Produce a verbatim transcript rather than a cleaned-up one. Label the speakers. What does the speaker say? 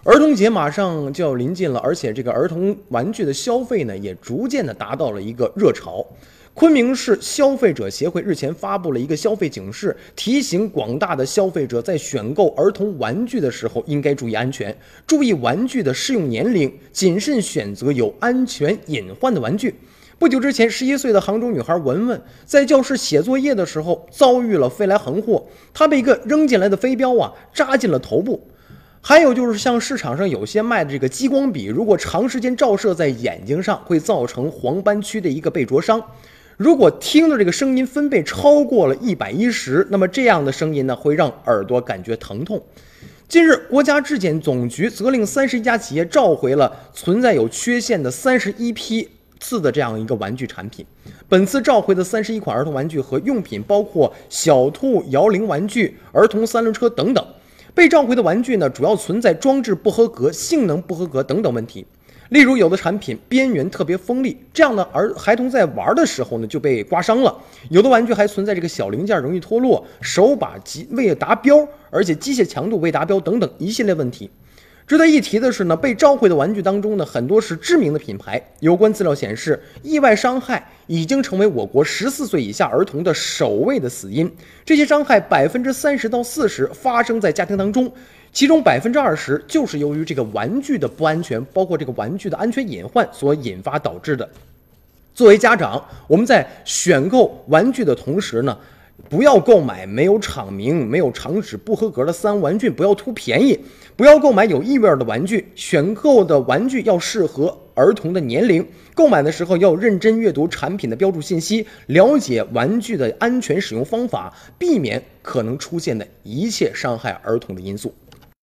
Speaker 1: 儿童节马上就要临近了，而且这个儿童玩具的消费呢，也逐渐的达到了一个热潮。昆明市消费者协会日前发布了一个消费警示，提醒广大的消费者在选购儿童玩具的时候应该注意安全，注意玩具的适用年龄，谨慎选择有安全隐患的玩具。不久之前，十一岁的杭州女孩文文在教室写作业的时候遭遇了飞来横祸，她被一个扔进来的飞镖啊扎进了头部。还有就是像市场上有些卖的这个激光笔，如果长时间照射在眼睛上，会造成黄斑区的一个被灼伤。如果听的这个声音分贝超过了一百一十，那么这样的声音呢，会让耳朵感觉疼痛。近日，国家质检总局责令三十一家企业召回了存在有缺陷的三十一批次的这样一个玩具产品。本次召回的三十一款儿童玩具和用品包括小兔摇铃玩具、儿童三轮车等等。被召回的玩具呢，主要存在装置不合格、性能不合格等等问题。例如，有的产品边缘特别锋利，这样呢，儿孩童在玩的时候呢就被刮伤了；有的玩具还存在这个小零件容易脱落、手把未达标，而且机械强度未达标等等一系列问题。值得一提的是呢，被召回的玩具当中呢，很多是知名的品牌。有关资料显示，意外伤害已经成为我国十四岁以下儿童的首位的死因。这些伤害百分之三十到四十发生在家庭当中，其中百分之二十就是由于这个玩具的不安全，包括这个玩具的安全隐患所引发导致的。作为家长，我们在选购玩具的同时呢，不要购买没有厂名、没有厂址、不合格的三无玩具，不要图便宜，不要购买有异味的玩具。选购的玩具要适合儿童的年龄，购买的时候要认真阅读产品的标注信息，了解玩具的安全使用方法，避免可能出现的一切伤害儿童的因素。